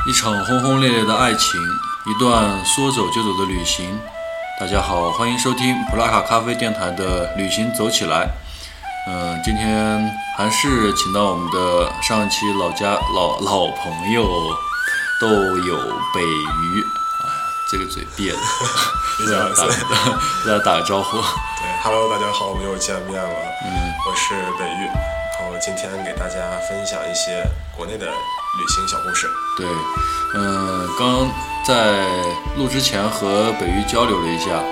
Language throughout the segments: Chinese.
一场轰轰烈烈的爱情，一段说走就走的旅行。大家好，欢迎收听普拉卡咖啡电台的旅行走起来。今天还是请到我们的上一期老朋友豆友北鱼，这个嘴憋的，大家打个招呼。 对 ，Hello， 大家好，我们又见面了。我是北玉，然后今天给大家分享一些国内的旅行小故事。 对，刚在录之前和北玉交流了一下，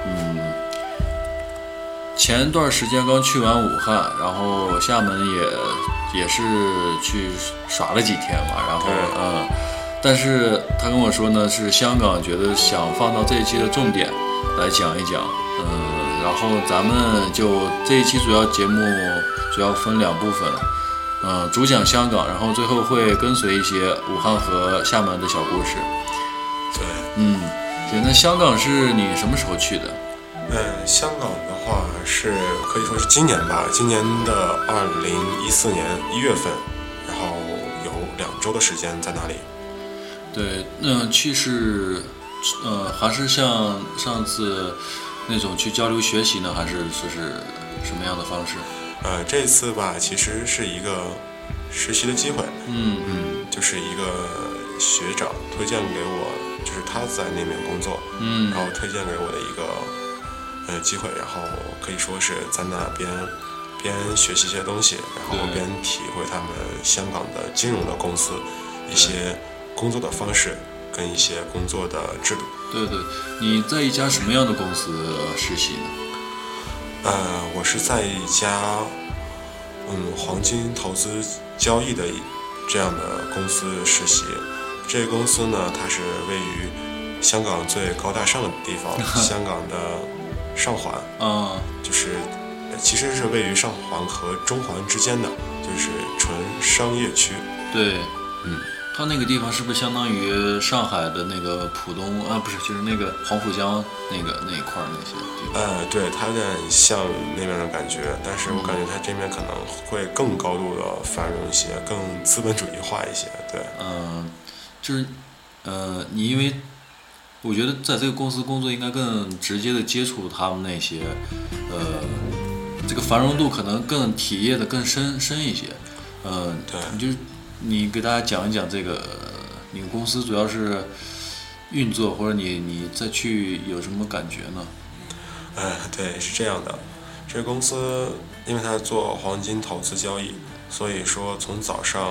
前段时间刚去完武汉，然后厦门也是去耍了几天嘛，然后但是他跟我说呢，是香港觉得想放到这一期的重点来讲一讲，然后咱们就这一期节目主要分两部分，主讲香港，然后最后会跟随一些武汉和厦门的小故事。 对， 行，那香港是你什么时候去的？ 香港的话是可以说是今年吧，今年的2014年1月份，然后有2周的时间在那里。 对，去是，还是像上次那种去交流学习呢，还是说是什么样的方式？ 这次吧，其实是一个实习的机会。就是一个学长推荐给我，就是他在那边工作，然后推荐给我的一个机会，然后可以说是在那边学习一些东西，然后边体会他们香港的金融的公司一些工作的方式跟一些工作的制度。 对，你在一家什么样的公司实习呢？ 我是在一家黄金投资交易的这样的公司实习。这个公司呢，它是位于香港最高大上的地方，香港的上环，就是其实是位于上环和中环之间的，就是纯商业区。 对，它那个地方是不是相当于上海的那个浦东不是，就是那个黄浦江那一块那些地方？ 对，它有点像那边的感觉，但是我感觉它这边可能会更高度的繁荣一些，更资本主义化一些。对， 就是你因为我觉得在这个公司工作应该更直接的接触他们那些这个繁荣度可能更体验的更深一些。对，你给大家讲一讲这个你们公司主要是运作，或者你再去有什么感觉呢？ 对，是这样的。这个公司因为它做黄金投资交易，所以说从早上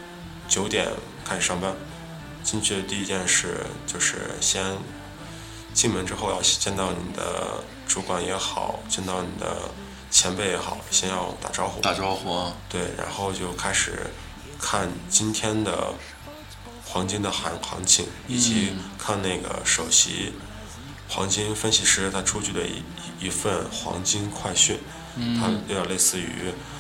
9点开始上班。进去的第一件事就是先进门之后要见到你的主管也好，见到你的前辈也好，先要打招呼。对，然后就开始看今天的黄金的行情，以及看那个首席黄金分析师他出具的一份黄金快讯，它有点类似于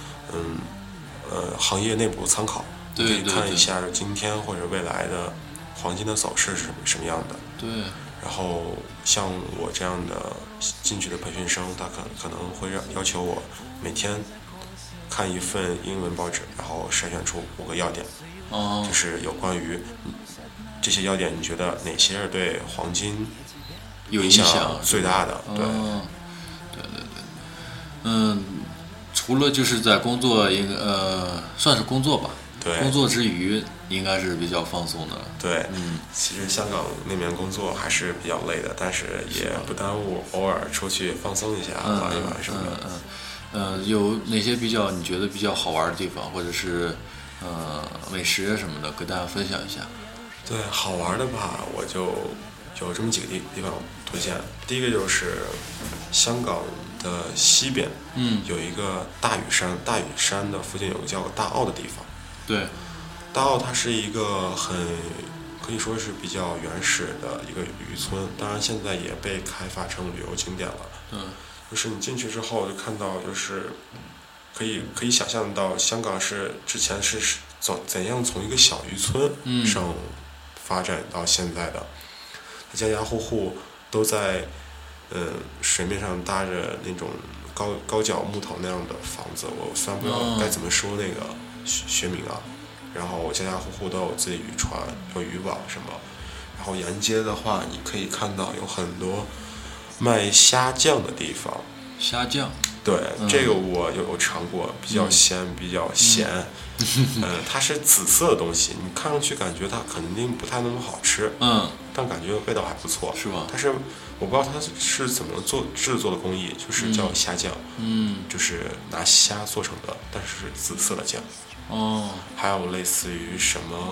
行业内部参考，可以看一下今天或者未来的黄金的走势是什么样的。 对。 然后像我这样的进去的培训生，他可能会要求我每天看一份英文报纸，然后筛选出5个要点，就是有关于这些要点，你觉得哪些是对黄金影响最大的？对。 除了就是在工作，算是工作吧。 对。 工作之余应该是比较放松的。 对。其实香港那边工作还是比较累的，但是也不耽误偶尔出去放松一下，玩一玩什么的。 有哪些你觉得比较好玩的地方，或者是美食什么的，跟大家分享一下？ 对，好玩的吧，我就有这么几个地方推荐。第一个就是香港的西边，有一个大屿山，大屿山的附近有个叫大澳的地方。 对， 大澳它是一个可以说是比较原始的一个渔村，当然现在也被开发成旅游景点了。就是你进去之后就看到，就是可以想象到香港之前是怎样从一个小渔村上发展到现在的。家家户户都在水面上搭着那种高脚木头那样的房子，我虽然不知道该怎么说那个学名啊。 然后家家户户都有自己渔船，有渔网什么。然后沿街的话，你可以看到有很多卖虾酱的地方。 虾酱， 对，这个我有尝过，比较鲜，比较咸。它是紫色的东西，你看上去感觉它肯定不太那么好吃，但感觉味道还不错， 是吧？ 但是我不知道它是怎么制作的工艺，就是叫虾酱，就是拿虾做成的，但是是紫色的酱。还有类似于什么，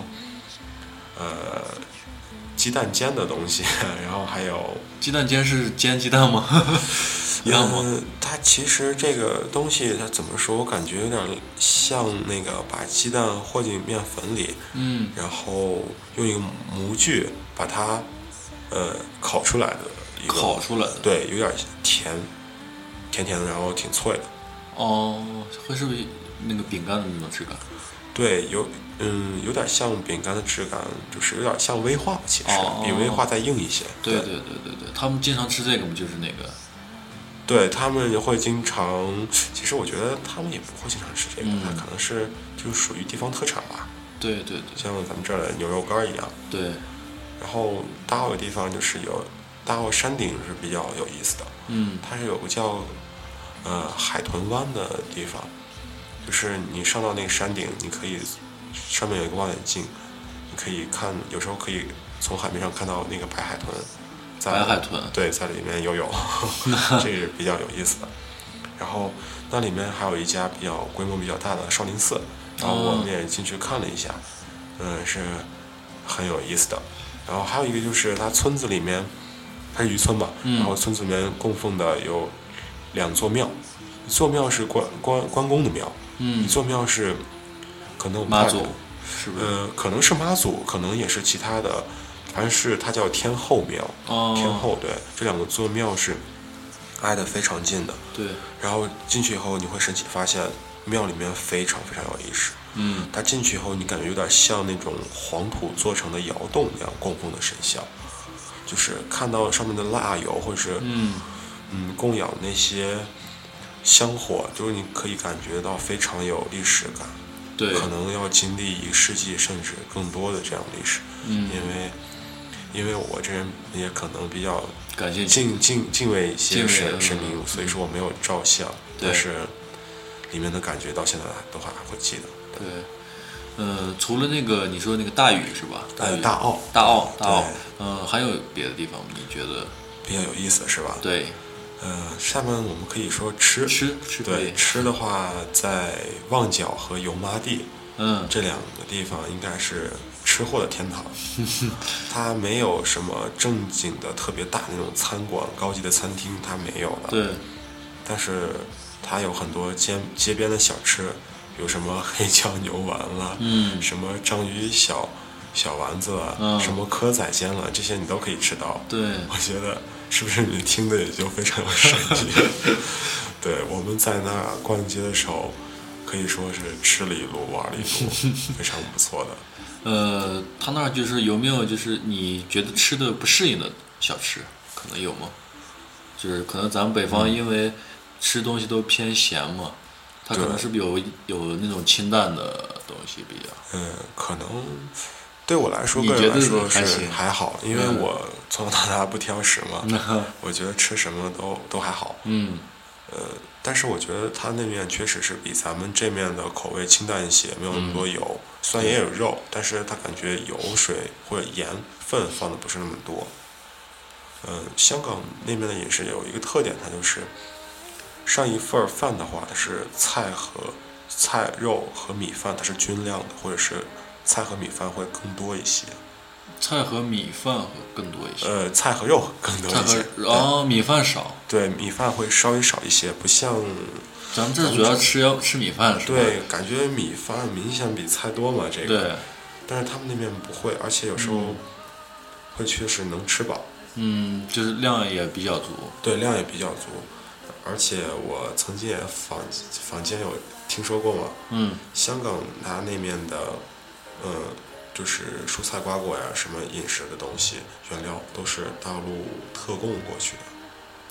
鸡蛋煎的东西，然后还有鸡蛋煎是煎鸡蛋吗？一样吗？ 它其实这个东西它怎么说？我感觉有点像那个把鸡蛋和进面粉里，然后用一个模具把它烤出来的一个。 烤出来的。 对，有点甜的，然后挺脆的。 会是不是那个饼干的那种质感？ 对，有点像饼干的质感，就是有点像威化，其实比威化再硬一些。 对，他们经常吃这个不就是那个？ 对，他们会经常，其实我觉得他们也不会经常吃这个，它可能是就属于地方特产吧。 对， 像咱们这儿的牛肉干一样。 对。 然后大澳的地方就是有大澳山顶是比较有意思的，它是有个叫海豚湾的地方，就是你上到那个山顶，你可以上面有一个望远镜，你可以看，有时候可以从海面上看到那个白海豚。 白海豚， 对，在里面游泳，这是比较有意思的。然后那里面还有一家规模比较大的少林寺，然后我们也进去看了一下，是很有意思的。然后还有一个就是它村子里面，它是渔村嘛，然后村子里面供奉的有2座庙，一座庙是关公的庙，一座庙是可能妈祖，是不是？ 可能是妈祖，可能也是其他的。反正是它叫天后庙，天后，对，这2个座庙是挨得非常近的。 对。 然后进去以后，你会神奇发现庙里面非常非常有意识。它进去以后，你感觉有点像那种黄土做成的窑洞一样供奉的神像，就是看到上面的蜡油，或者是供养那些香火，就是你可以感觉到非常有历史感。 对。 可能要经历1个世纪甚至更多的这样历史。因为我这人也可能比较敬畏一些神明，所以说我没有照相，但是里面的感觉到现在都还会记得。 对，除了那个你说那个大屿是吧？ 大澳， 还有别的地方吗？你觉得比较有意思是吧？ 对。 下面我们可以说吃。对，吃的话，在旺角和油麻地，这2个地方应该是吃货的天堂。它没有什么正经的特别大那种餐馆、高级的餐厅，它没有了。 对。 但是它有很多街边的小吃，有什么黑椒牛丸了，什么章鱼小丸子了，什么蚵仔煎了，这些你都可以吃到。 对。我觉得是不是你听的也就非常有神奇？对，我们在那儿逛街的时候，可以说是吃了一路玩了一路，非常不错的。 他那儿就是有没有就是你觉得吃的不适应的小吃，可能有吗？就是可能咱们北方因为吃东西都偏咸嘛，它可能是不是有那种清淡的东西比较？ 可能对我来说，个人来说是还好，因为我从小到大不挑食嘛，我觉得吃什么都还好。但是我觉得它那面确实是比咱们这面的口味清淡一些，没有那么多油，虽然也有肉，但是它感觉油水或者盐分放的不是那么多。香港那边的饮食有一个特点，它就是上一份饭的话，它是菜肉和米饭它是均量的，或者是菜和米饭会更多一些。 菜和米饭会更多一些。 菜和肉更多一些。 米饭少。 对，米饭会稍微少一些，不像咱们这主要吃米饭是吧？ 对，感觉米饭明显比菜多嘛，这个。 对。 但是他们那边不会，而且有时候会确实能吃饱。 就是量也比较足。 对，量也比较足，而且我曾经也坊间有听说过嘛。香港它那面的，就是蔬菜瓜果呀，什么饮食的东西原料都是大陆特供过去的。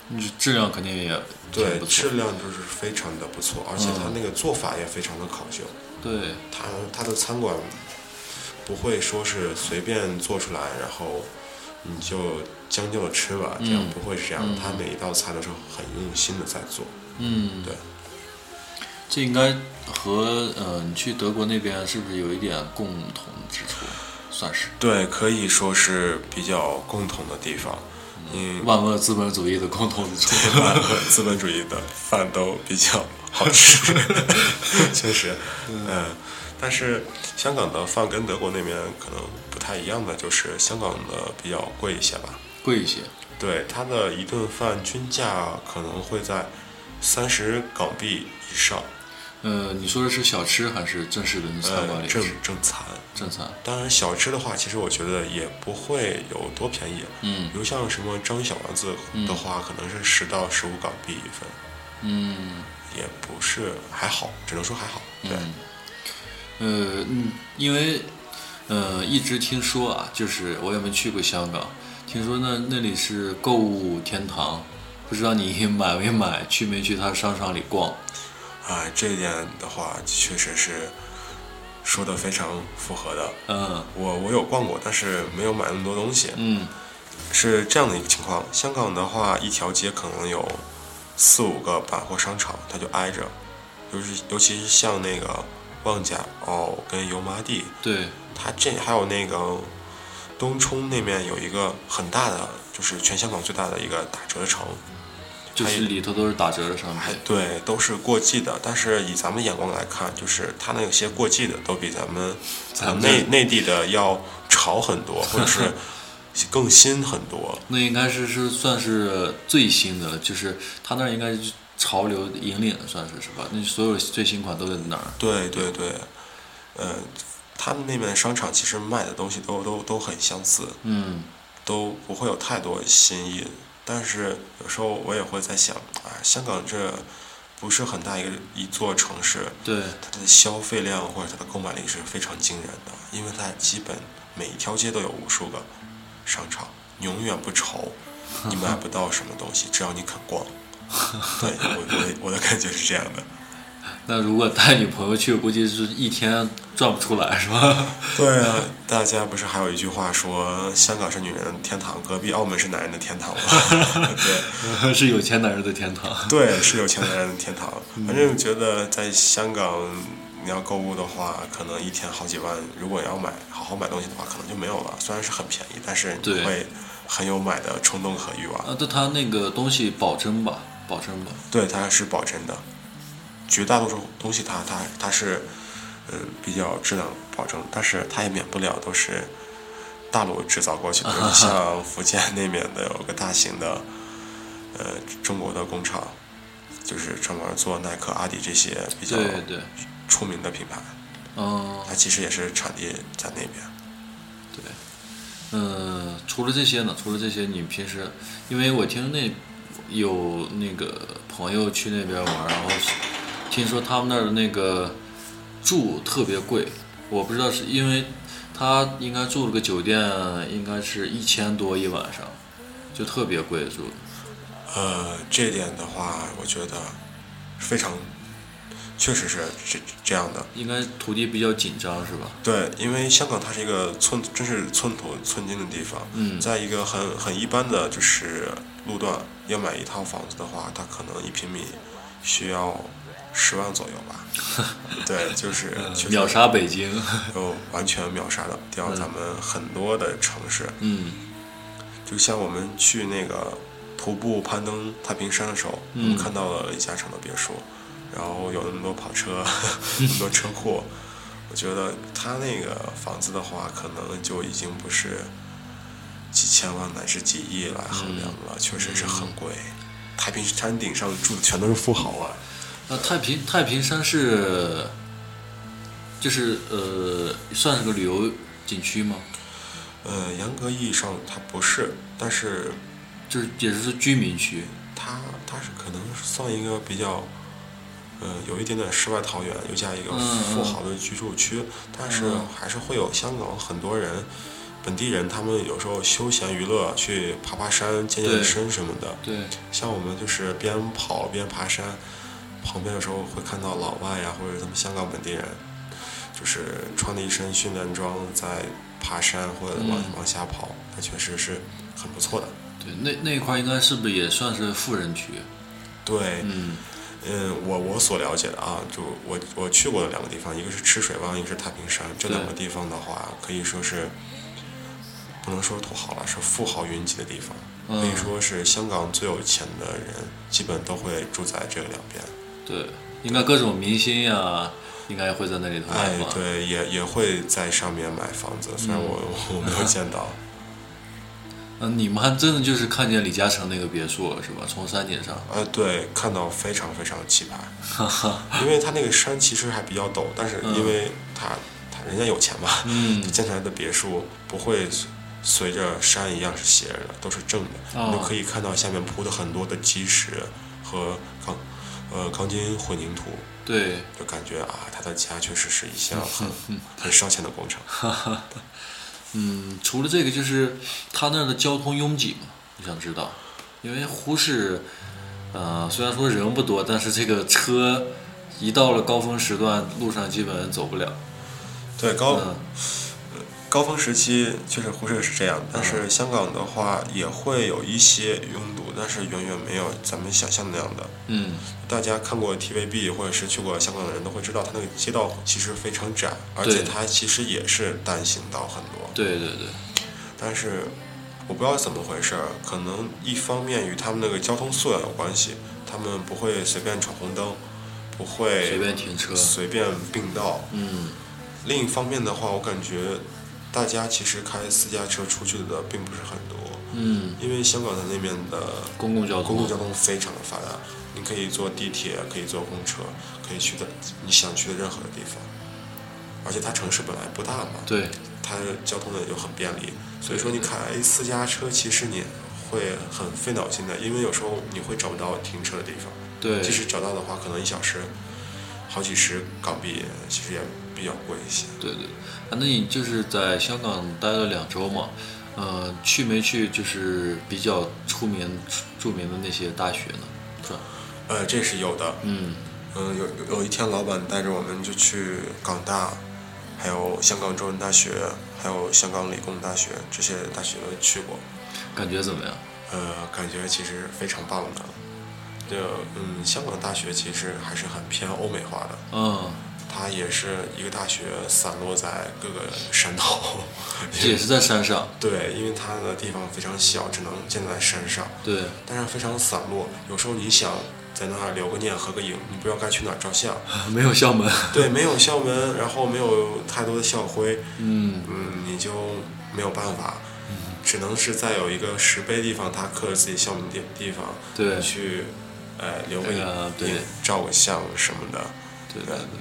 质量肯定也对， 不错， 质量就是非常的不错，而且它那个做法也非常的考究。 对， 它的餐馆不会说是随便做出来，然后你就将就的吃吧，这样不会是这样。它每一道菜都是很用心的在做。对。 这应该和你去德国那边是不是有一点共同之处？算是。 对，可以说是比较共同的地方。 万恶资本主义的共同之处。 万恶资本主义的饭都比较好吃，确实。但是香港的饭跟德国那边可能不太一样的，就是香港的比较贵一些吧。 贵一些。对， 它的一顿饭均价可能会在30港币以上。 你说的是小吃还是正式的餐馆里？ 正餐。 正餐。 当然，小吃的话，其实我觉得也不会有多便宜。比如像什么章鱼小丸子的话，可能是10到15港币一份。也不是还好，只能说还好。对。 因为一直听说啊，就是我也没去过香港，听说那里是购物天堂，不知道你买没买，去没去它商场里逛？ 这一点的话，确实是说的非常符合的。我有逛过，但是没有买那么多东西。是这样的一个情况。香港的话，一条街可能有4、5个百货商场，它就挨着，尤其是像那个旺角跟油麻地， 对， 它还有那个东冲那边有一个很大的，就是全香港最大的一个打折城。 就是里头都是打折的商品， 对，都是过季的。但是以咱们眼光来看，就是它那些过季的都比咱们内地的要潮很多，或者是更新很多。 那应该是算是最新的了，就是它那应该是潮流引领，算是吧？那所有最新款都在那儿。 对。他们那边的商场其实卖的东西都很相似，都不会有太多新意。但是有时候我也会在想，香港这不是很大一座城市， 对， 它的消费量或者它的购买力是非常惊人的，因为它基本每一条街都有无数个商场，永远不愁你买不到什么东西，只要你肯逛。对，我的感觉是这样的。 那如果带女朋友去，估计是一天转不出来，是吧？ 对啊，大家不是还有一句话说，香港是女人的天堂，隔壁澳门是男人的天堂吗？对， 是有钱男人的天堂。 对，是有钱男人的天堂。反正觉得在香港，你要购物的话，可能一天好几万。如果要好好买东西的话，可能就没有了。虽然是很便宜，但是你会很有买的冲动和欲望。 那它那个东西保真吧？ 对，它是保真的。绝大多数东西它是比较质量保证，但是它也免不了都是大陆制造过去的。像福建那边的有个大型的中国的工厂，就是专门做耐克、阿迪这些比较出名的品牌。它其实也是产地在那边。 对。除了这些呢？你平时，因为我听有那个朋友去那边玩，然后听说他们那儿的那个住特别贵，我不知道是因为他应该住了个酒店，应该是1000多一晚上，就特别贵住。 这点的话，我觉得非常，确实是这样的。 应该土地比较紧张，是吧？ 对，因为香港它是一个真是寸土寸金的地方。在一个很一般的就是路段，要买一套房子的话，它可能1平米需要10万左右吧。对，就是秒杀北京， 完全秒杀掉咱们很多的城市。就像我们去那个徒步攀登太平山的时候，我们看到了李嘉诚的别墅，然后有那么多跑车，那么多车库。我觉得他那个房子的话，可能就已经不是几千万乃至几亿来衡量了，确实是很贵。太平山顶上住的全都是富豪啊。 那太平山是，就是算是个旅游景区吗？ 严格意义上它不是，但是就是也是居民区。 它是可能算一个比较，有一点点世外桃源，又加一个富豪的居住区，但是还是会有香港很多人本地人他们有时候休闲娱乐去爬爬山、健健身什么的。 对， 像我们就是边跑边爬山，旁边有时候会看到老外呀，或者咱们香港本地人，就是穿了一身训练装在爬山或者往下跑，那确实是很不错的。 对，那一块应该是不是也算是富人区？ 对，我所了解的啊，就我去过的2个地方，一个是赤水湾，一个是太平山，这2个地方的话，可以说是不能说土豪了，是富豪云集的地方，可以说是香港最有钱的人基本都会住在这2边。 对，应该各种明星呀，应该会在那里头买房。 对，也会在上面买房子，虽然我没有见到。 你们还真的就是看见李嘉诚那个别墅了是吧？从山顶上。 对，看到非常非常气派，因为他那个山其实还比较陡，但是因为他人家有钱嘛，建出来的别墅不会随着山一样是斜着的，都是正的，你就可以看到下面铺的很多的基石和钢筋混凝土。 对， 就感觉啊，他的家确实是一项很烧钱的工程。 除了这个，就是他那儿的交通拥挤嘛，我想知道，因为呼市，虽然说人不多，但是这个车一到了高峰时段，路上基本走不了。 对，高峰时期确实呼市是这样，但是香港的话也会有一些拥堵，但是远远没有咱们想象的那样的。大家看过 TVB 或者是去过香港的人都会知道，它那个街道其实非常窄，而且它其实也是单行道很多。 对。 但是我不知道怎么回事，可能一方面与他们那个交通素养有关系，他们不会随便闯红灯，不会随便停车、 随便并道。另一方面的话，我感觉大家其实开私家车出去的并不是很多。因为香港的那边的公共交通非常的发达，你可以坐地铁，可以坐公车，可以去的你想去的任何的地方。而且它城市本来不大嘛， 对， 它交通的又很便利，所以说你开私家车其实你会很费脑筋的，因为有时候你会找不到停车的地方。 对， 即使找到的话，可能1小时好几十港币，其实也比较贵一些。 对，那你就是在香港待了2周嘛？去没去就是比较著名的那些大学呢？ 这是有的。有一天老板带着我们就去港大，还有香港中文大学，还有香港理工大学，这些大学都去过。 感觉怎么样？ 感觉其实非常棒的。香港大学其实还是很偏欧美化的。它也是一个大学散落在各个山头， 也是在山上。 对，因为它的地方非常小，只能建在山上。 对， 但是非常散落。有时候你想在那儿留个念、合个影，你不知道该去哪儿照相。 没有校门。 对，没有校门，然后没有太多的校徽。你就没有办法。只能是在有一个石碑地方，他刻着自己校名的地方， 对， 去留个影、照个相什么的。 对。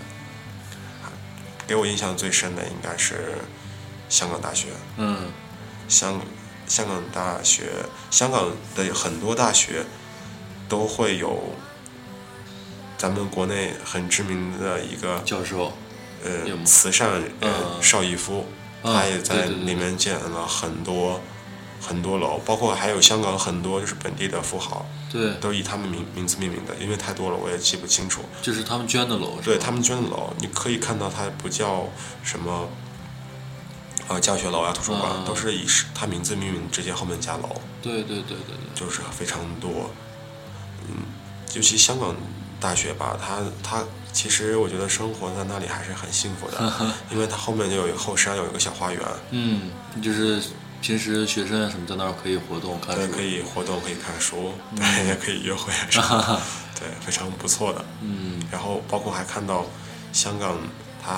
给我印象最深的应该是香港大学。香港大学，香港的很多大学都会有咱们国内很知名的一个教授， 慈善邵逸夫，他也在里面建了很多楼，包括还有香港很多就是本地的富豪， 对， 都以他们名字命名的，因为太多了我也记不清楚。 就是他们捐的楼， 对，他们捐的楼，你可以看到它不叫什么教学楼啊、图书馆，都是以他名字命名，直接后面加楼。 对， 就是非常多。尤其香港大学吧，它其实我觉得生活在那里还是很幸福的，因为它后面就有一个后山，有一个小花园。 就是平时学生什么在那儿可以活动看书。 对，可以活动，可以看书，也可以约会什么对，非常不错的。然后包括还看到香港他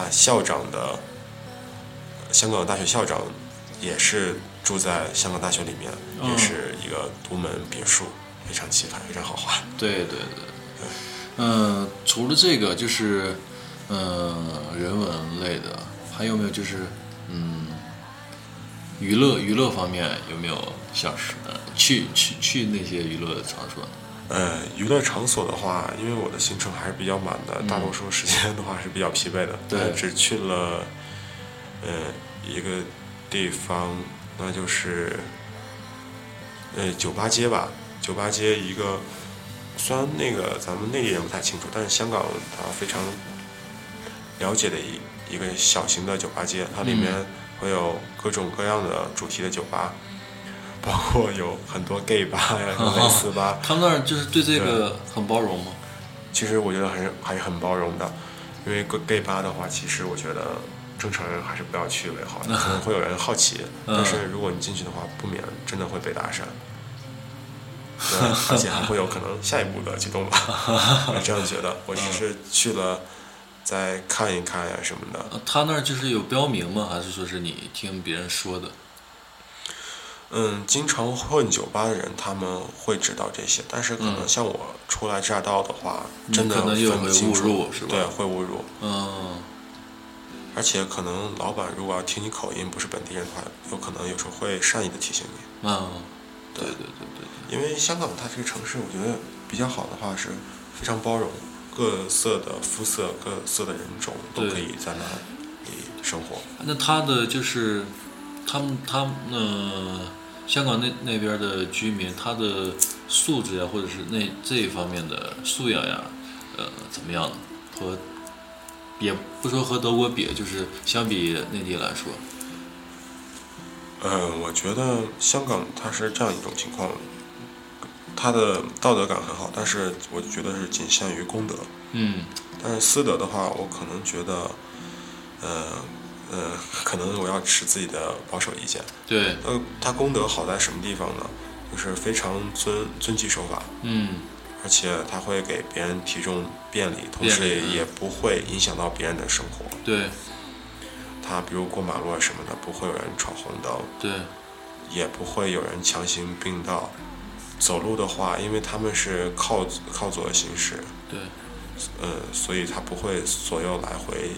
香港大学校长也是住在香港大学里面，也是一个独门别墅，非常气派，非常豪华。 对。除了这个就是人文类的，还有没有就是娱乐方面有没有像是去那些娱乐场所？ 娱乐场所的话，因为我的行程还是比较满的，大多数时间的话是比较疲惫的。 对， 只去了一个地方，那就是酒吧街吧。酒吧街一个，虽然那个咱们内地人不太清楚，但是香港它非常了解的一个小型的酒吧街，它里面会有各种各样的主题的酒吧，包括有很多 gay 吧呀、蕾丝吧。 他们那儿就是对这个很包容吗？ 其实我觉得还是很包容的，因为 gay 吧的话，其实我觉得正常人还是不要去为好，可能会有人好奇，但是如果你进去的话，不免真的会被搭讪。对，而且还会有可能下一步的举动吧，我这样觉得。我只是去了，再看一看呀什么的。 他那儿就是有标明吗？还是说是你听别人说的？ 经常混酒吧的人他们会知道这些，但是可能像我初来乍到的话，真的分不清楚， 是吧？ 对，会误入。而且可能老板如果要听你口音不是本地人的话，有可能有时候会善意的提醒你。对。因为香港它这个城市，我觉得比较好的话是非常包容，各色的肤色、各色的人种都可以在那里生活。 那他的就是他们香港那边的居民，他的素质呀，或者是这一方面的素养呀，怎么样呢？和也不说和德国比，就是相比内地来说。 我觉得香港它是这样一种情况，它的道德感很好，但是我觉得是仅限于公德。但是私德的话，我可能觉得，可能我要持自己的保守意见。 对。 它公德好在什么地方呢？就是非常遵纪守法。而且它会给别人提供便利，同时也不会影响到别人的生活。 对。 他比如过马路啊什么的，不会有人闯红灯。 对。 也不会有人强行并道。走路的话，因为他们是靠左行驶。 对。 所以他不会左右来回，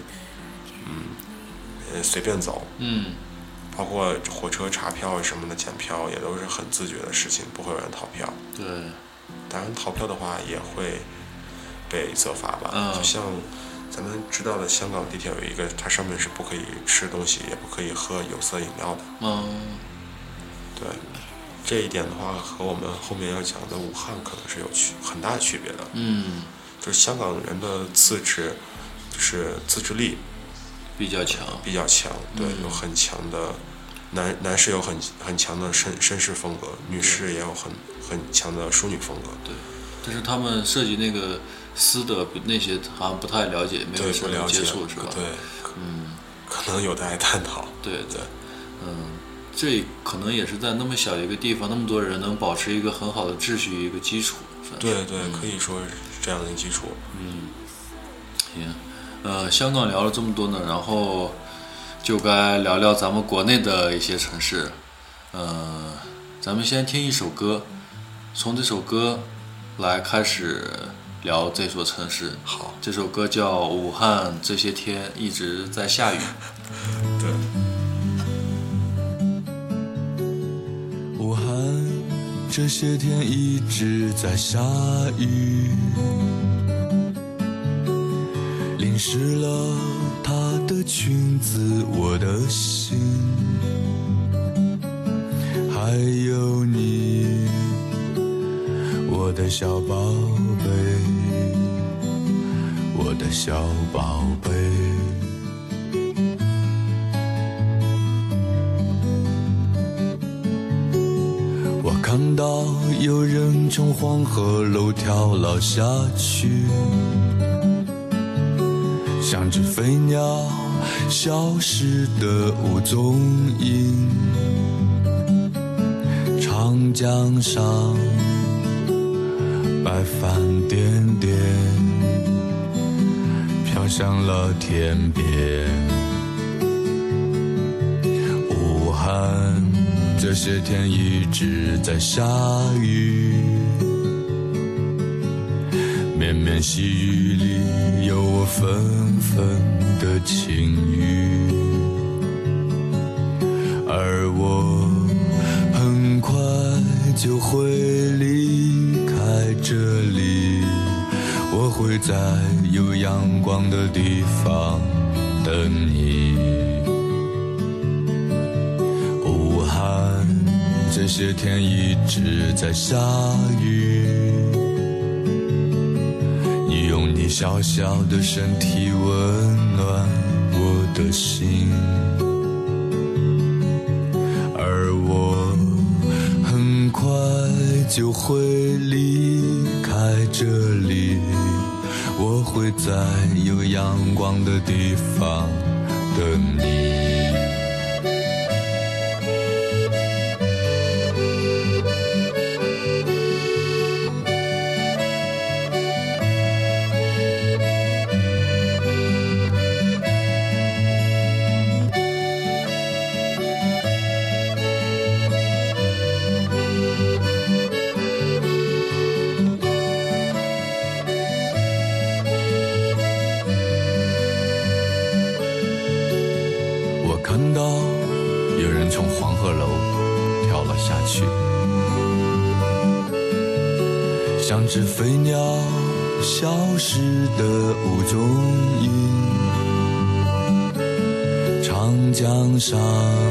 随便走。包括火车查票什么的、检票也都是很自觉的事情，不会有人逃票。 对。 当然逃票的话也会被责罚吧。就像咱们知道的，香港地铁有一个，它上面是不可以吃东西，也不可以喝有色饮料的。对，这一点的话和我们后面要讲的武汉可能是有很大的区别的。就是香港人的自制，就是自制力比较强。 对，有很强的男士有很强的绅士风格，女士也有很强的淑女风格。 对，但是他们涉及那个私德那些好像不太了解，没有深入接触，是吧？ 对。可能有待探讨。 对。这可能也是在那么小一个地方，那么多人能保持一个很好的秩序，一个基础。 对，可以说是这样的基础。 行，香港聊了这么多呢，然后就该聊聊咱们国内的一些城市。咱们先听一首歌，从这首歌来开始聊这座城市。 好， 这首歌叫《武汉这些天一直在下雨》。 对。 武汉这些天一直在下雨，淋湿了她的裙子，我的心，还有你，我的小宝贝，我的小宝贝。看到有人从黄河楼跳了下去，像只飞鸟消失的无踪影。长江上白帆点点飘向了天边。武汉这些天一直在下雨，绵绵细雨里有我纷纷的情语，而我很快就会离开这里，我会在有阳光的地方等你。 这些天一直在下雨，你用你小小的身体温暖我的心，而我很快就会离开这里，我会在有阳光的地方等你。看到有人从黄鹤楼跳了下去，像只飞鸟消失的无踪影。长江上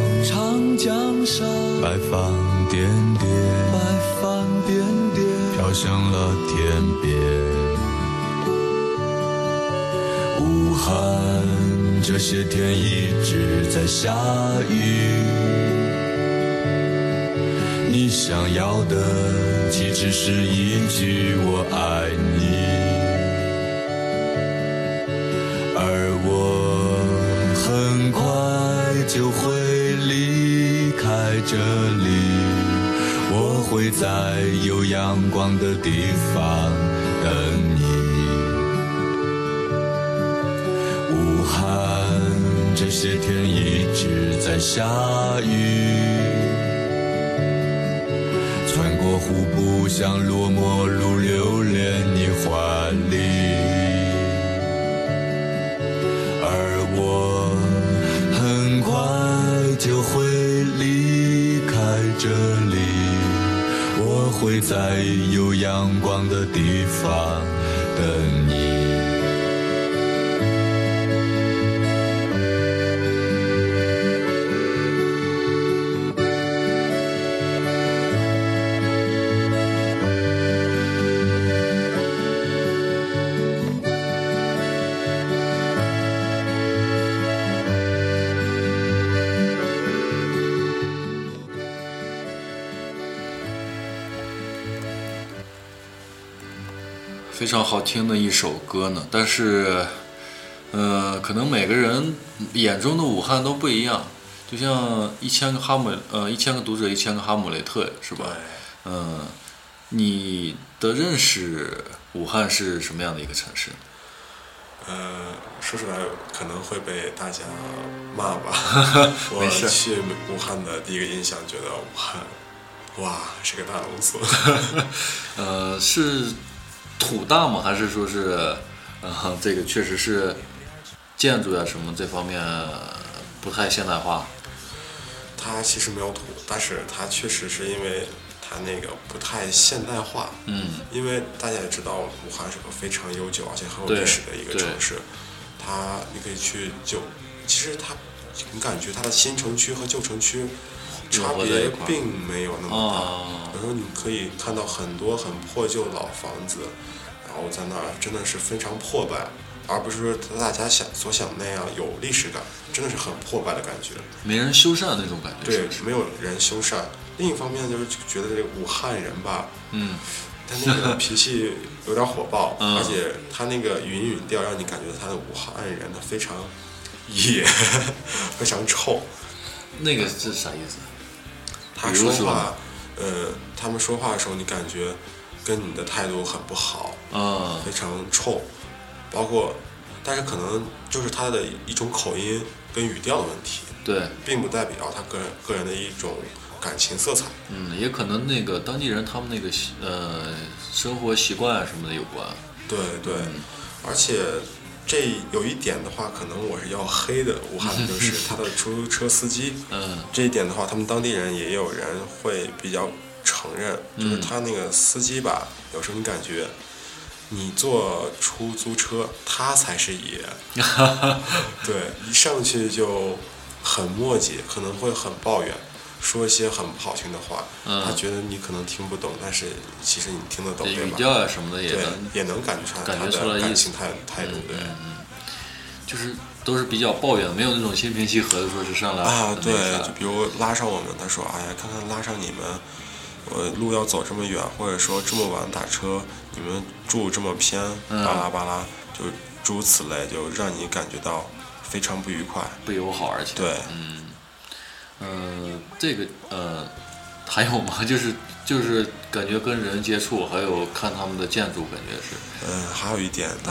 白帆点点飘向了天边。武汉这些天一直在下雨，你想要的岂只是一句我爱你，而我很快就会离开这里，我会在有阳光的地方等你。武汉这些天一直在下雨，穿过湖泊像落寞如留恋你怀里，而我很快就会离开这里，我会在有阳光的地方等你。 非常好听的一首歌呢，但是，可能每个人眼中的武汉都不一样，就像1000个读者1000个哈姆雷特，是吧？你的认识，武汉是什么样的一个城市？ 说出来可能会被大家骂吧。 没事。 我去武汉的第一个印象觉得武汉，哇，是个大农村。 是土大吗？还是说是，这个确实是建筑呀什么这方面不太现代化？ 它其实没有土，但是它确实是因为它那个不太现代化。因为大家也知道，武汉是个非常悠久而且很有历史的一个城市。你可以去其实你感觉它的新城区和旧城区差别并没有那么大。有时候你可以看到很多很破旧的老房子，然后在那儿真的是非常破败，而不是说大家所想那样有历史感，真的是很破败的感觉， 没人修缮那种感觉。 对，没有人修缮。另一方面就是觉得这个武汉人吧，他那个脾气有点火爆，而且他那个语调让你感觉他的武汉人他非常野，非常臭。 那个是啥意思？ 他说话，他们说话的时候，你感觉跟你的态度很不好，非常臭，包括，但是可能就是他的一种口音跟语调的问题， 对， 并不代表他个人的一种感情色彩。 也可能那个当地人他们那个生活习惯什么的有关。 对，而且这有一点的话，可能我是要黑的武汉，就是他的出租车司机。这一点的话，他们当地人也有人会比较承认，就是他那个司机吧，有时候你感觉你坐出租车，他才是野。对，一上去就很磨叽，可能会很抱怨， 说一些很不好听的话，他觉得你可能听不懂，但是其实你听得懂，对吧？ 语调啊什么的也能感觉出来他的感情态度，对。 就是都是比较抱怨，没有那种心平气和的说是上来对，就比如拉上我们，他说哎呀，看看拉上你们，路要走这么远，或者说这么晚打车，你们住这么偏，巴拉巴拉，就诸如此类，就让你感觉到非常不愉快， 不友好，而且对， 这个还有吗？就是感觉跟人接触，还有看他们的建筑，感觉是还有一点，他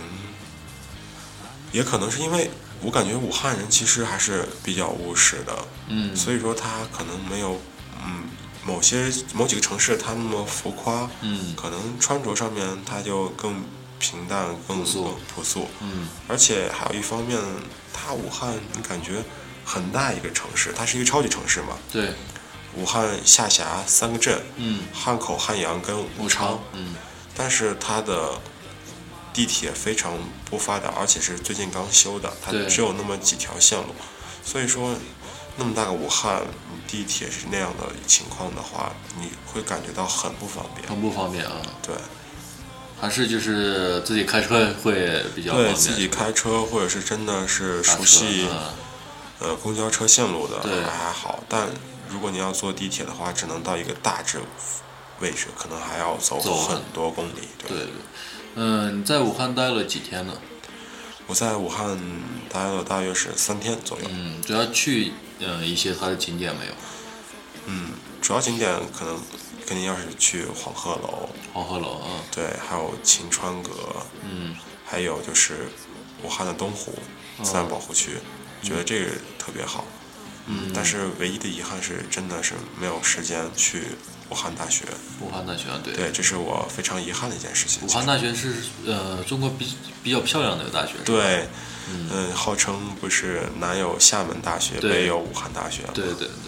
也可能是因为我感觉武汉人其实还是比较务实的，所以说他可能没有某几个城市他那么浮夸，可能穿着上面他就更平淡、更朴素，而且还有一方面，它武汉你感觉很大一个城市，它是一个超级城市嘛， 对， 武汉下辖3个镇，汉口、汉阳跟武昌，但是它的地铁非常不发达，而且是最近刚修的，它只有那么几条线路，所以说那么大个武汉，地铁是那样的情况的话，你会感觉到很不方便。 很不方便啊。 对。 还是就是自己开车会比较方便。 对，自己开车或者是真的是熟悉公交车线路的还好，但如果你要坐地铁的话，只能到一个大致位置，可能还要走很多公里。对。 你在武汉待了几天呢？ 我在武汉待了大约是3天左右。 主要去一些它的景点没有？ 主要景点肯定要是去黄鹤楼。 黄鹤楼对，还有秦川阁。还有就是武汉的东湖自然保护区，觉得这个特别好。但是唯一的遗憾是，真的是没有时间去武汉大学。 武汉大学对，这是我非常遗憾的一件事情。 武汉大学是中国比较漂亮的一个大学。 对，号称不是南有厦门大学，北有武汉大学。 对。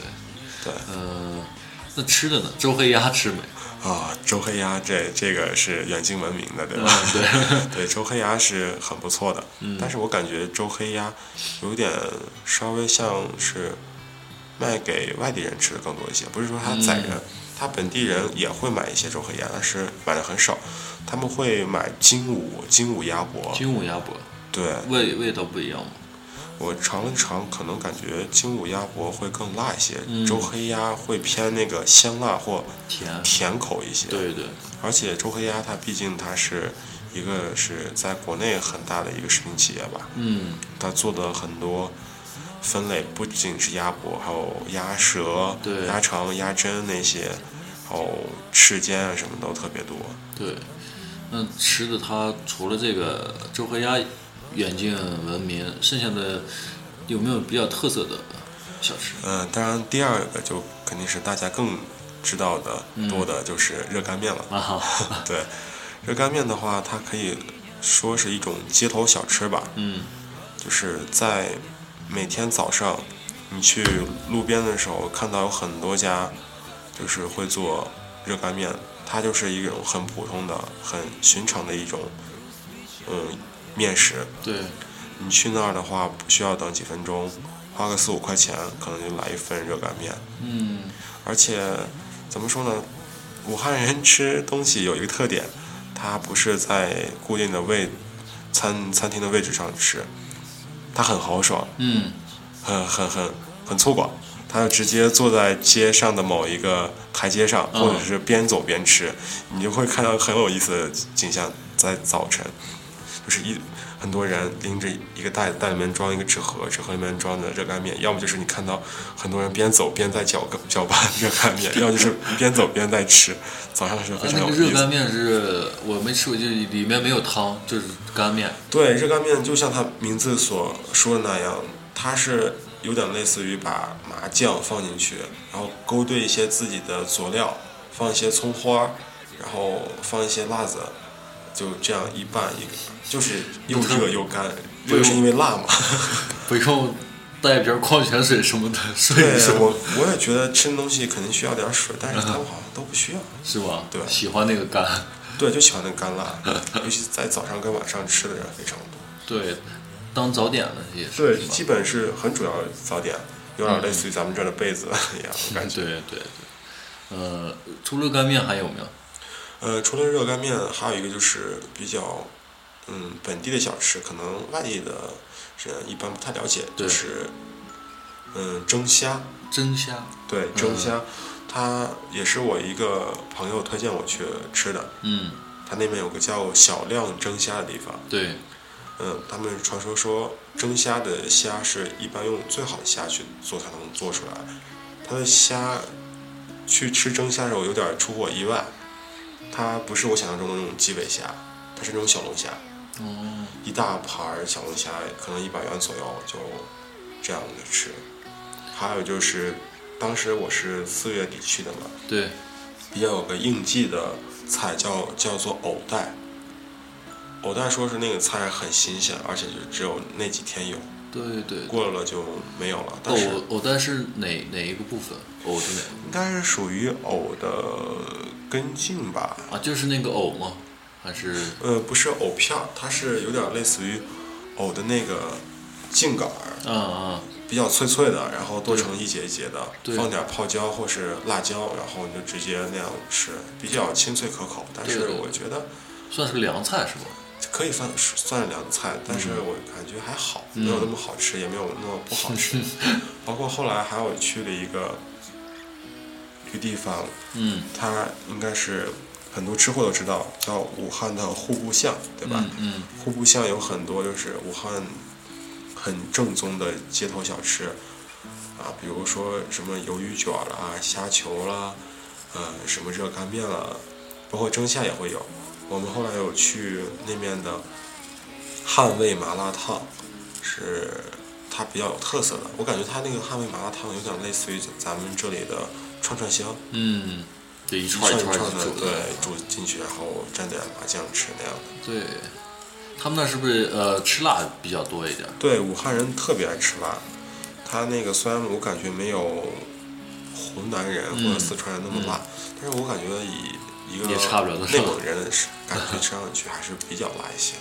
那吃的呢？周黑鸭吃没？ 周黑鸭这个是远近闻名的，对吧？对，周黑鸭是很不错的。但是我感觉周黑鸭有点稍微像是卖给外地人吃的更多一些，不是说他宰人，他本地人也会买一些周黑鸭，但是买的很少。他们会买精武鸭脖。精武鸭脖。对。 味道不一样吗？ 我尝了尝，可能感觉精武鸭脖会更辣一些，周黑鸭会偏那个香辣或甜口一些。 对。 而且周黑鸭它毕竟它是一个是在国内很大的一个食品企业吧。它做的很多分类不仅是鸭脖，还有鸭舌、鸭肠、鸭胗那些，还有翅尖啊什么都特别多。 对。那吃的它除了这个周黑鸭远近闻名，剩下的有没有比较特色的小吃？ 当然第二个就肯定是大家更知道的多的就是热干面了。对，热干面的话，它可以说是一种街头小吃吧。就是在每天早上你去路边的时候，看到有很多家就是会做热干面，它就是一种很普通的、很寻常的一种面食。 对， 你去那儿的话，不需要等几分钟，花个4-5块钱，可能就来一份热干面。而且怎么说呢，武汉人吃东西有一个特点，他不是在固定的餐厅的位置上吃，他很豪爽，很粗犷，他就直接坐在街上的某一个台阶上，或者是边走边吃，你就会看到很有意思的景象。在早晨，就是很多人拎着一个袋子，袋里面装一个纸盒，纸盒里面装的热干面，要么就是你看到很多人边走边在搅拌热干面，要么就是边走边在吃。早上是非常有意思。 那个热干面是我没吃过，就是里面没有汤，就是干面。 对，热干面就像它名字所说的那样，它是有点类似于把麻酱放进去，然后勾兑一些自己的佐料，放一些葱花，然后放一些辣子，就这样一拌一个，就是又热又干。热是因为辣嘛？ 不用带瓶矿泉水什么的。 对，我也觉得吃东西肯定需要点水，但是他们好像都不需要。 是吧？ 对， 喜欢那个干。 对，就喜欢那个干辣，尤其在早上跟晚上吃的人非常多。 对，当早点的也是。 对，基本是很主要的早点。 有点类似于咱们这儿的被子一样的感觉。 对对对。除了干面还有没有？ 除了热干面，还有一个就是比较本地的小吃，可能外地的人一般不太了解，就是蒸虾。 蒸虾。 对，蒸虾，它也是我一个朋友推荐我去吃的。他那边有个叫小亮蒸虾的地方。 对。 他们传说蒸虾的虾是一般用最好的虾去做才能做出来。它的虾去吃蒸虾的时候有点出乎我意外，它不是我想象中的那种基尾虾，它是那种小龙虾。一大盘小龙虾可能100元左右，就这样的吃。还有就是当时我是4月底去的嘛， 对， 比较有个应季的菜叫做藕带。藕带说是那个菜很新鲜，而且就只有那几天有。 对对。 过了就没有了。但是藕带是哪一个部分？藕的哪个？ 应该是属于藕的根茎吧？ 就是那个藕吗？还是？ 不是藕片，它是有点类似于藕的那个茎秆儿。比较脆脆的，然后剁成一节一节的，放点泡椒或是辣椒，然后你就直接那样吃，比较清脆可口。但是我觉得算是个凉菜是吧？ 可以算是凉菜，但是我感觉还好，没有那么好吃，也没有那么不好吃。包括后来还有去了一个地方，它应该是很多吃货都知道，叫武汉的户部巷，对吧？户部巷有很多就是武汉很正宗的街头小吃比如说什么鱿鱼卷啦、虾球啦，什么热干面啦，包括蒸虾也会有。我们后来有去那面的汉味麻辣烫，是它比较有特色的。我感觉它那个汉味麻辣烫有点类似于咱们这里的串串香。 对，一串的， 对，煮进去，然后蘸点麻酱吃那样的。 对，他们那是不是吃辣比较多一点？ 对，武汉人特别爱吃辣。他那个虽然我感觉没有湖南人或者四川人那么辣，但是我感觉以一个内蒙人感觉吃上去还是比较辣一些。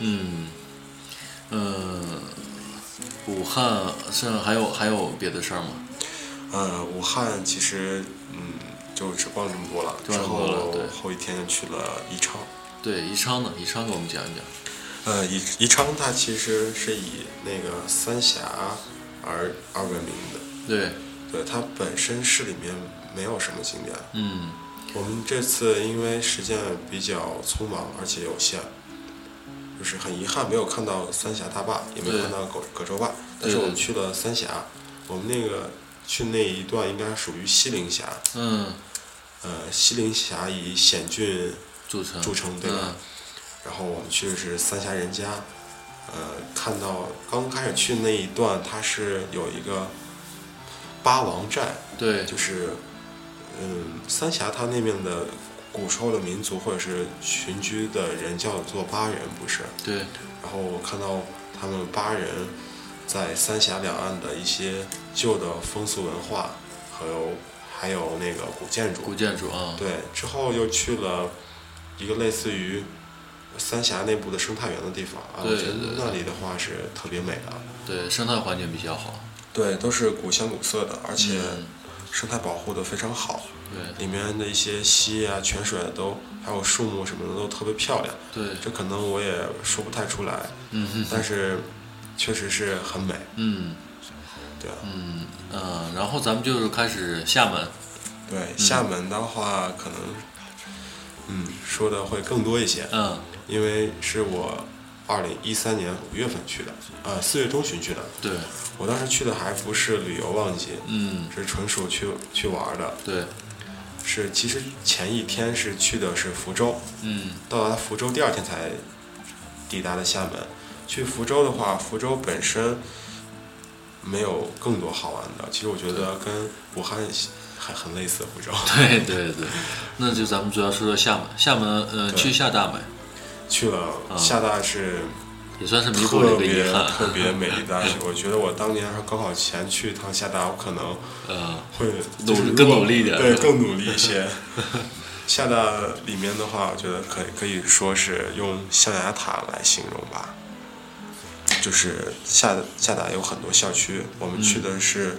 武汉像还有别的事儿吗？ 武汉其实就只逛这么多了，之后一天就去了宜昌。 对，宜昌呢？宜昌给我们讲一讲。 宜昌它其实是以那个三峡而闻名的。对，它本身市里面没有什么景点。我们这次因为时间比较匆忙，而且有限，就是很遗憾没有看到三峡大坝，也没有看到葛洲坝。但是我们去了三峡，我们那个去那一段应该属于西陵峡。西陵峡以险峻著称，对吧？然后我们去的是三峡人家，看到刚开始去那一段，它是有一个八王寨。 对， 就是三峡它那边的古时候的民族或者是群居的人叫做巴人，不是？ 对。 然后我看到他们巴人在三峡两岸的一些旧的风俗文化还有那个古建筑啊。 对，之后又去了一个类似于三峡内部的生态园的地方我觉得那里的话是特别美的。 对，生态环境比较好。 对，都是古香古色的，而且生态保护的非常好。 对， 里面的一些溪啊、泉水还有树木什么的都特别漂亮。 对， 这可能我也说不太出来。但是确实是很美。对啊。 然后咱们就开始厦门。 对，厦门的话可能说的会更多一些。因为是我2013年5月份去的，4月中旬去的。 对， 我当时去的还不是旅游旺季，是纯属去玩的。 对， 其实前一天是去的是福州，到达福州第2天才抵达的厦门。去福州的话，福州本身没有更多好玩的，其实我觉得跟武汉还很类似。福州。 对，那就咱们主要说说厦门。厦门去厦大没？ 去了，厦大是也算是弥补了一个遗憾。 特别美丽大学。我觉得我当年高考前去一趟厦大，我可能会更努力一点。 对，更努力一些。厦大里面的话，我觉得可以说是用象牙塔来形容吧。就是厦大有很多校区，我们去的是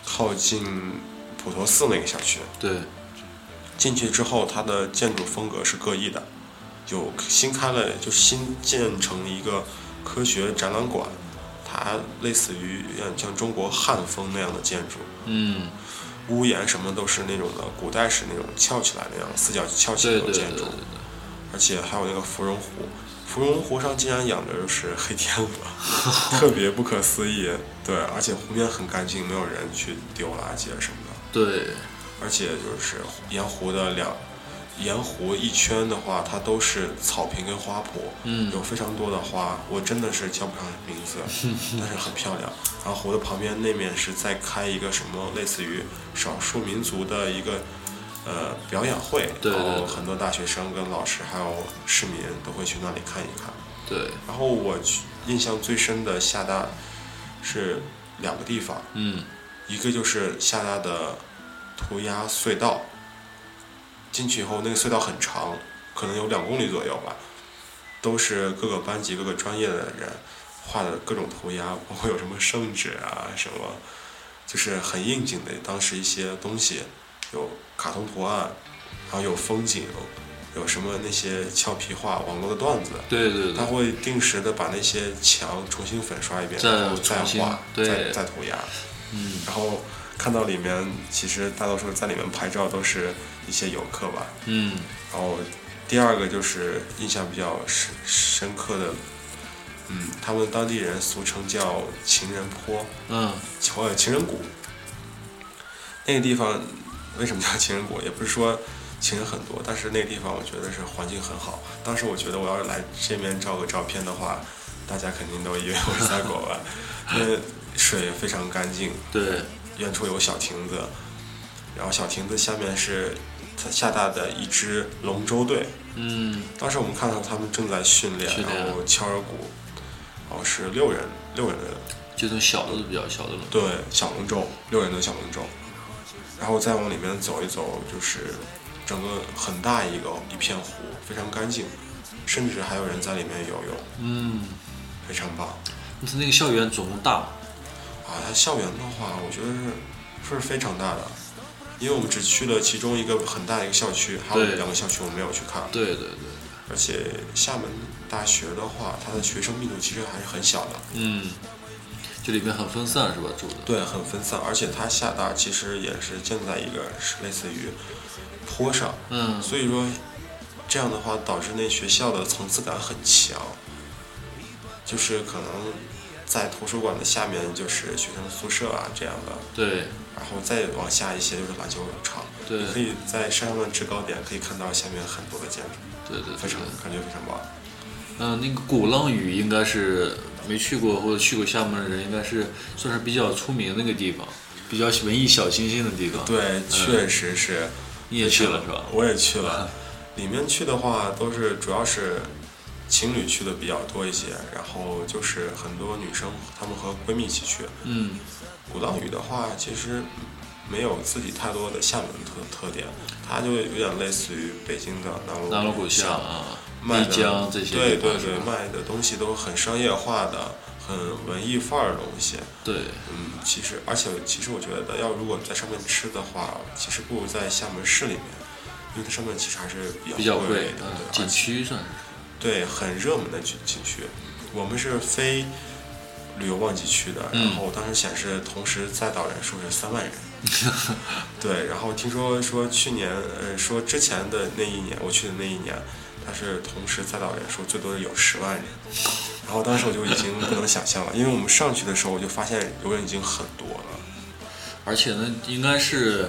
靠近普陀寺那个小区。 对， 进去之后，它的建筑风格是各异的，有新开了，就新建成一个科学展览馆，它类似于像中国汉风那样的建筑。屋檐什么都是那种的古代式那种翘起来那样四角翘起来的建筑，而且还有那个芙蓉湖，芙蓉湖上竟然养的就是黑天鹅，特别不可思议。对，而且湖面很干净，没有人去丢垃圾什么的。 对， 而且就是沿湖一圈的话，它都是草坪跟花圃，有非常多的花，我真的是叫不上名字，但是很漂亮。然后湖的旁边那面是在开一个什么类似于少数民族的一个表演会，然后很多大学生跟老师还有市民都会去那里看一看。 对。 然后我印象最深的厦大是2个地方，一个就是厦大的涂鸦隧道。进去以后，那个隧道很长，可能有2公里左右吧，都是各个班级、各个专业的人画的各种涂鸦，包括有什么圣旨啊，什么，就是很应景的当时一些东西，有卡通图案，然后有风景，有什么那些俏皮话、网络的段子。 对。 他会定时的把那些墙重新粉刷一遍，然后再画，再涂鸦。然后看到里面，其实大多数在里面拍照都是一些游客吧。然后第2个就是印象比较深刻的，他们当地人俗称叫情人坡，或者情人谷。那个地方为什么叫情人谷？也不是说情人很多，但是那个地方我觉得是环境很好。当时我觉得我要是来这边照个照片的话，大家肯定都以为我是在国外，因为水非常干净。 对。 远处有小亭子，然后小亭子下面是厦大的一支龙舟队。当时我们看到他们正在训练，然后敲着鼓，然后是6人的， 就那种比较小的龙舟。 对，小龙舟，6人的小龙舟。然后再往里面走一走，就是整个很大一片湖，非常干净，甚至还有人在里面游泳。非常棒。 它那个校园总共大吗？ 它校园的话，我觉得是非常大的，因为我们只去了其中一个很大的一个校区，还有2个校区我没有去看。 对。 而且厦门大学的话，它的学生密度其实还是很小的。 就里面很分散是吧？住的。 对，很分散，而且它厦大其实也是建在一个类似于坡上，所以说这样的话导致那学校的层次感很强，就是可能在图书馆的下面就是学生宿舍啊这样的。 对。 然后再往下一些就是篮球场。对。你可以在山上的制高点可以看到下面很多的建筑。 对。 非常感觉非常棒。 那个鼓浪屿应该是没去过或者去过厦门的人，应该是算是比较出名的那个地方，比较文艺小清新的地方。 对，确实是。 你也去了是吧？ 我也去了。里面去的话都是主要是情侣去的比较多一些，然后就是很多女生她们和闺蜜一起去。鼓浪屿的话其实没有自己太多的厦门特点，它就有点类似于北京的南锣鼓巷啊、 丽江这些。 对，卖的东西都很商业化的，很文艺范儿的东西。 对。 其实我觉得如果在上面吃的话，其实不如在厦门市里面，因为它上面其实还是比较贵的。 景区算是。 对，很热门的景区。我们是非旅游旺季去的，然后当时显示同时在岛人数是3万人。对，然后听说去年说之前的那一年，我去的那一年，它是同时在岛人数最多的有10万人。然后当时我就已经不能想象了，因为我们上去的时候我就发现游人已经很多了， 而且呢应该是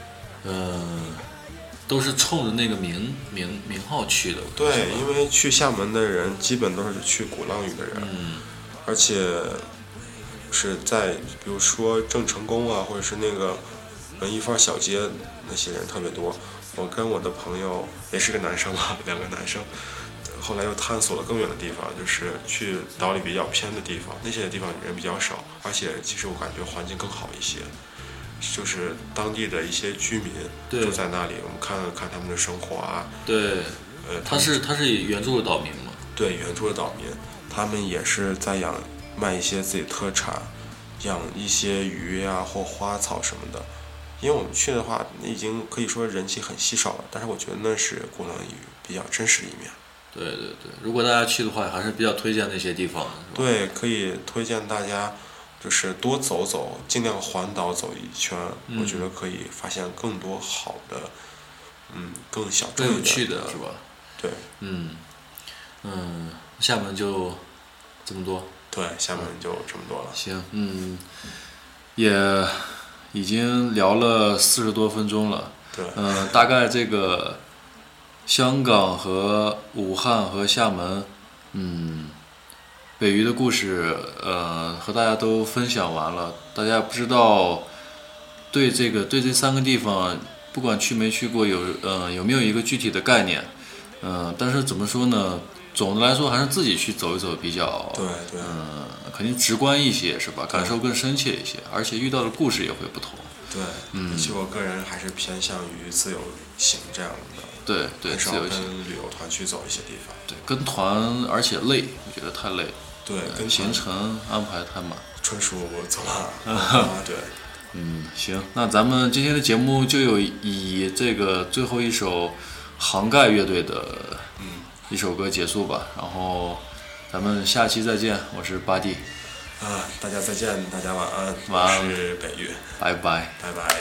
都是冲着那个名号去的。 对，因为去厦门的人基本都是去鼓浪屿的人。而且是在比如说郑成功啊，或者是那个文艺范小街，那些人特别多。我跟我的朋友也是个男生吧，2个男生，后来又探索了更远的地方，就是去岛里比较偏的地方，那些地方人比较少，而且其实我感觉环境更好一些，就是当地的一些居民住在那里，我们看了看他们的生活啊。 对。他是原住的岛民吗？ 对，原住的岛民，他们也是在卖一些自己特产， 养一些鱼呀或花草什么的。因为我们去的话，已经可以说人气很稀少了，但是我觉得那是鼓浪屿比较真实的一面。 对对对，如果大家去的话，还是比较推荐那些地方的，是吧？ 对，可以推荐大家就是多走走，尽量环岛走一圈，我觉得可以发现更多好的，更小众更有趣的是吧？ 对， 厦门就这么多。 对，厦门就这么多了。 行，也已经聊了40多分钟了。 对， 大概这个香港和武汉和厦门，北渔的故事，和大家都分享完了。大家不知道对这3个地方，不管去没去过，有没有一个具体的概念？但是怎么说呢？总的来说，还是自己去走一走比较， 对， 肯定直观一些，是吧？感受更深切一些，而且遇到的故事也会不同。 对，其实我个人还是偏向于自由行这样的。 对， 很少跟自由行。 旅游团去走一些地方。 对，跟团而且累，我觉得太累。 对，跟行程安排太满。 纯属走马。对。 行，那咱们今天的节目就以这个最后一首杭盖乐队的一首歌结束吧。然后咱们下期再见，我是巴蒂。 大家再见，大家晚安。 晚安。 我是北岳。 拜拜。 拜拜。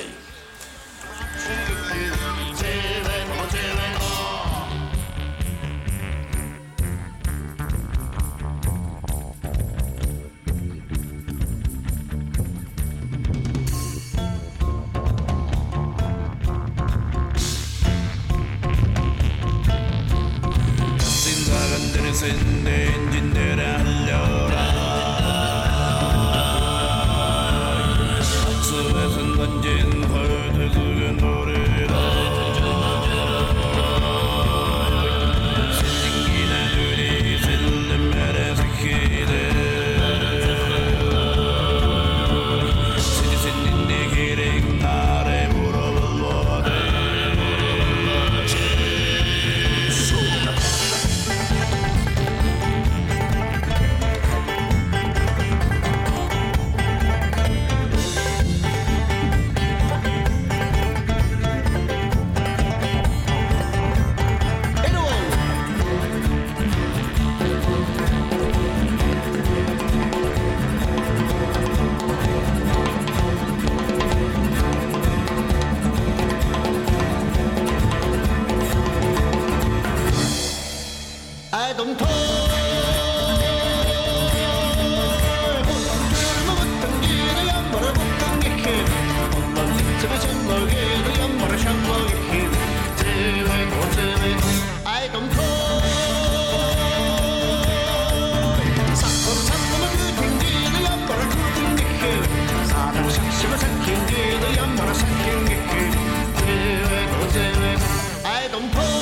I don't